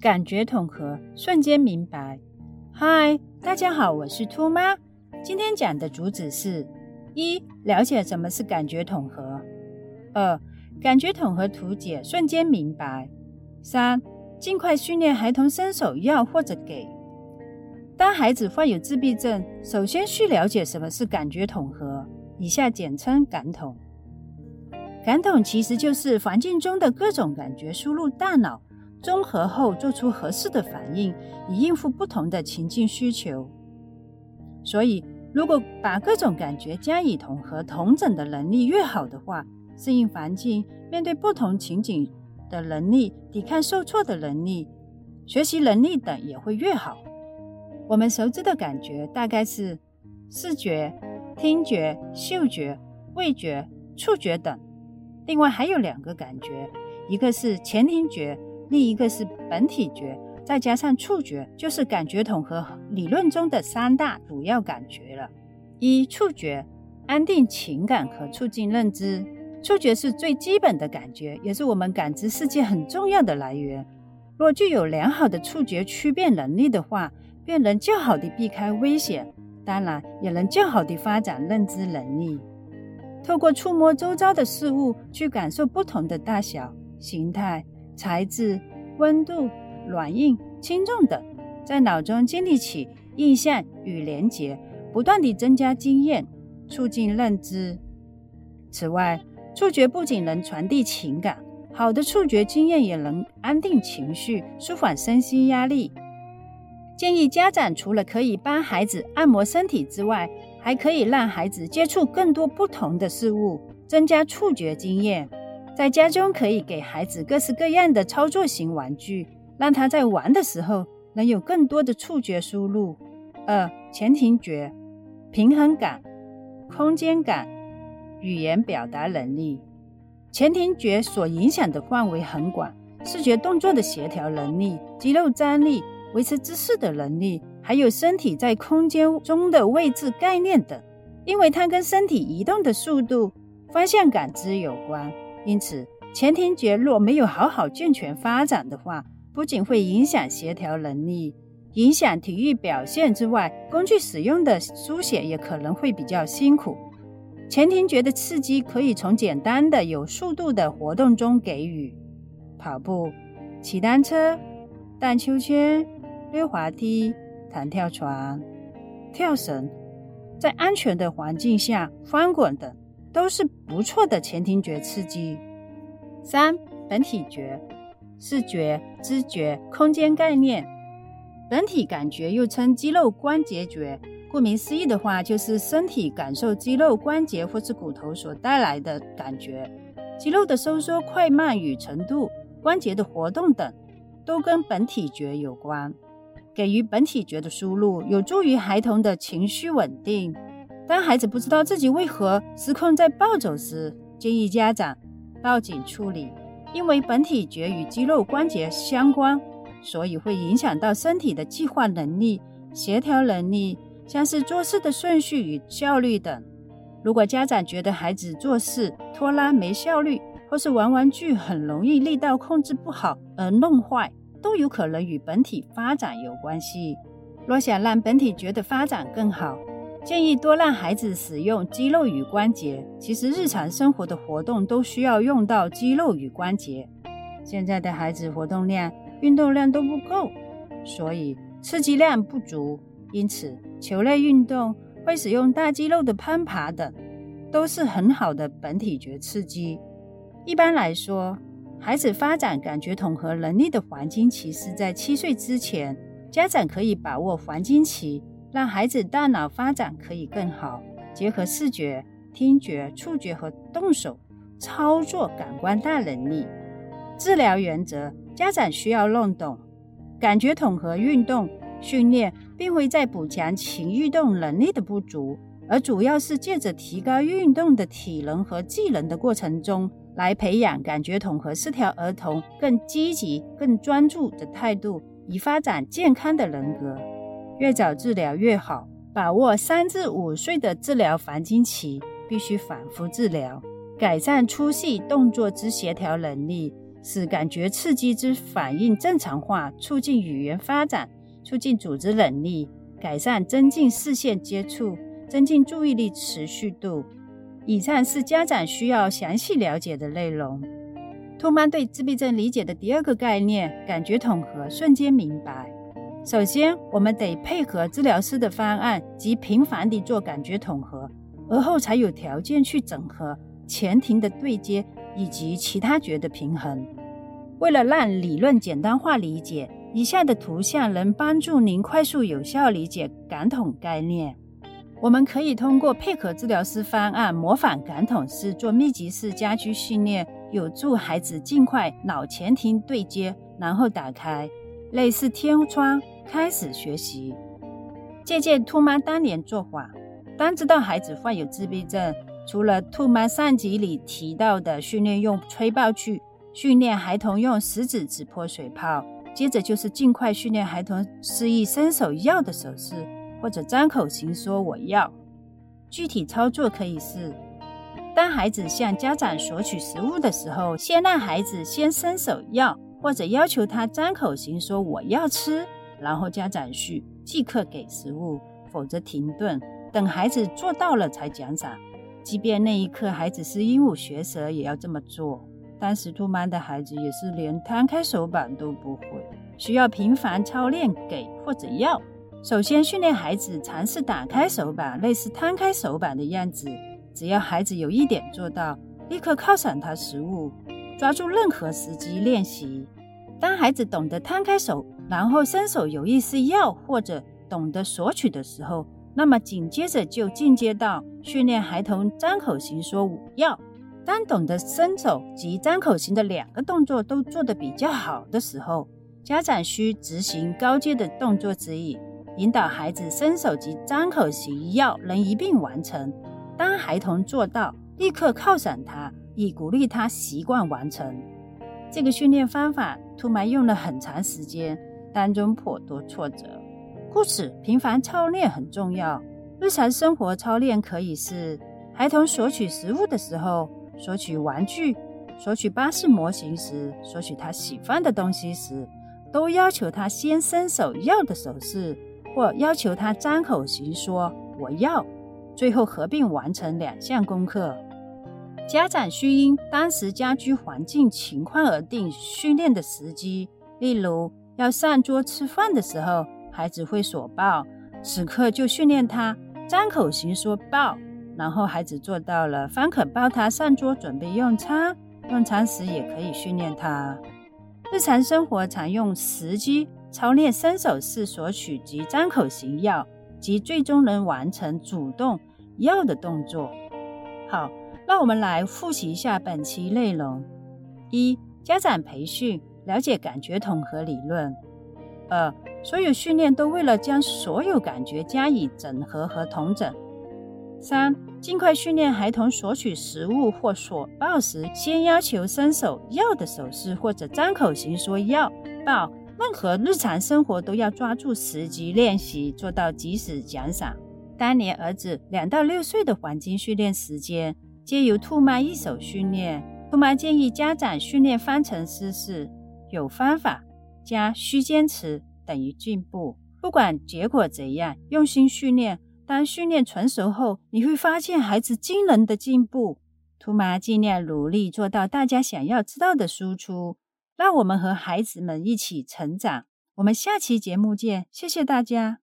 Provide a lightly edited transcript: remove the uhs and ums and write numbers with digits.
感觉统合，瞬间明白。嗨，大家好，我是兔妈。今天讲的主旨是：一、了解什么是感觉统合；二、感觉统合图解，瞬间明白；三、尽快训练孩童伸手要或者给。当孩子患有自闭症，首先需了解什么是感觉统合，以下简称感统。感统其实就是环境中的各种感觉输入大脑，综合后做出合适的反应，以应付不同的情境需求。所以，如果把各种感觉加以统合统整的能力越好的话，适应环境、面对不同情景的能力、抵抗受挫的能力、学习能力等也会越好。我们熟知的感觉大概是视觉、听觉、嗅觉、味觉、触觉等。另外还有2个感觉，一个是前庭觉，另一个是本体觉，再加上触觉，就是感觉统合理论中的3大主要感觉了。一、触觉，安定情感和促进认知。触觉是最基本的感觉，也是我们感知世界很重要的来源。若具有良好的触觉区辨能力的话，便能较好地避开危险，当然也能较好地发展认知能力。透过触摸周遭的事物，去感受不同的大小、形态、材质、温度、软硬、轻重等，在脑中建立起印象与连结，不断地增加经验，促进认知。此外，触觉不仅能传递情感，好的触觉经验也能安定情绪，舒缓身心压力。建议家长除了可以帮孩子按摩身体之外，还可以让孩子接触更多不同的事物，增加触觉经验。在家中可以给孩子各式各样的操作型玩具，让他在玩的时候能有更多的触觉输入。二、前庭觉，平衡感、空间感、语言表达能力。前庭觉所影响的范围很广，视觉动作的协调能力、肌肉张力、维持姿势的能力，还有身体在空间中的位置概念等，因为它跟身体移动的速度、方向感知有关。因此，前庭觉若没有好好健全发展的话，不仅会影响协调能力、影响体育表现之外，工具使用的书写也可能会比较辛苦。前庭觉的刺激可以从简单的有速度的活动中给予，跑步、骑单车、荡秋千、溜滑梯、弹跳床、跳绳，在安全的环境下翻滚等，都是不错的前庭觉刺激。三、本体觉，视觉、知觉、空间概念。本体感觉又称肌肉关节觉，顾名思义的话，就是身体感受肌肉、关节或是骨头所带来的感觉。肌肉的收缩快慢与程度、关节的活动等，都跟本体觉有关。给予本体觉的输入，有助于孩童的情绪稳定。当孩子不知道自己为何失控在暴走时，建议家长报警处理，因为本体觉与肌肉关节相关，所以会影响到身体的计划能力、协调能力，像是做事的顺序与效率等。如果家长觉得孩子做事拖拉没效率，或是玩玩具很容易力道控制不好而弄坏，都有可能与本体发展有关系。若想让本体觉的发展更好，建议多让孩子使用肌肉与关节。其实日常生活的活动都需要用到肌肉与关节。现在的孩子活动量、运动量都不够，所以刺激量不足，因此球类运动、会使用大肌肉的攀爬等，都是很好的本体觉刺激。一般来说，孩子发展感觉统合能力的黄金期是在7岁之前，家长可以把握黄金期，让孩子大脑发展可以更好，结合视觉、听觉、触觉和动手操作感官大能力。治疗原则，家长需要弄懂感觉统合运动训练，并会在补强情运动能力的不足，而主要是借着提高运动的体能和技能的过程中，来培养感觉统合失调儿童更积极、更专注的态度，以发展健康的人格。越早治疗越好，把握3至5岁的治疗黄金期，必须反复治疗，改善粗细动作之协调能力， 使感觉刺激之反应正常化，促进语言发展，促进组织能力，改善增进视线接触，增进注意力持续度。以上是家长需要详细了解的内容。兔妈对自闭症理解的第二个概念，感觉统合，瞬间明白。首先，我们得配合治疗师的方案及频繁地做感觉统合，而后才有条件去整合前庭的对接以及其他觉的平衡。为了让理论简单化理解，以下的图像能帮助您快速有效理解感统概念。我们可以通过配合治疗师方案模仿感统式做密集式家居训练，有助孩子尽快脑前庭对接，然后打开类似天窗开始学习。借鉴兔妈当年做法，当知道孩子患有自闭症，除了兔妈上集里提到的训练用吹爆具，训练孩童用食指指破水泡，接着就是尽快训练孩童示意伸手要的手势，或者张口形说我要。具体操作可以是，当孩子向家长索取食物的时候，先让孩子先伸手要，或者要求他张口形说我要吃，然后家长即刻给食物，否则停顿，等孩子做到了才奖赏。即便那一刻孩子是鹦鹉学舌，也要这么做。当时兔妈的孩子也是连摊开手板都不会，需要频繁操练给或者要。首先训练孩子尝试打开手板，类似摊开手板的样子，只要孩子有一点做到，立刻犒赏他食物，抓住任何时机练习。当孩子懂得摊开手，然后伸手有意识要或者懂得索取的时候，那么紧接着就进阶到训练孩童张口型说我要。当懂得伸手及张口型的两个动作都做得比较好的时候，家长需执行高阶的动作指引，引导孩子伸手及张口型要能一并完成。当孩童做到，立刻犒赏他，以鼓励他习惯完成。这个训练方法兔妈用了很长时间，当中颇多挫折，故此频繁操练很重要。日常生活操练可以是孩童索取食物的时候，索取玩具，索取巴士模型时，索取他喜欢的东西时，都要求他先伸手要的手势，或要求他张口型说我要，最后合并完成两项功课。家长需因当时家居环境情况而定训练的时机，例如要上桌吃饭的时候，孩子会所抱，此刻就训练他张口型说抱，然后孩子做到了，方可抱他上桌准备用餐，用餐时也可以训练他。日常生活常用时机操练伸手式索取及张口型要，及最终能完成主动要的动作。好，让我们来复习一下本期内容。1. 家长培训，了解感觉统合理论。2. 所有训练都为了将所有感觉加以整合和统整。3. 尽快训练孩童索取食物或所抱时，先要求伸手要的手势，或者张口型说要抱。任何日常生活都要抓住时机练习，做到及时奖赏。当年儿子2到6岁的黄金训练时间，皆由兔妈一手训练。兔妈建议家长训练方程式是：有方法加需坚持等于进步。不管结果怎样，用心训练，当训练成熟后，你会发现孩子惊人的进步。兔妈尽量努力做到大家想要知道的输出，让我们和孩子们一起成长。我们下期节目见，谢谢大家。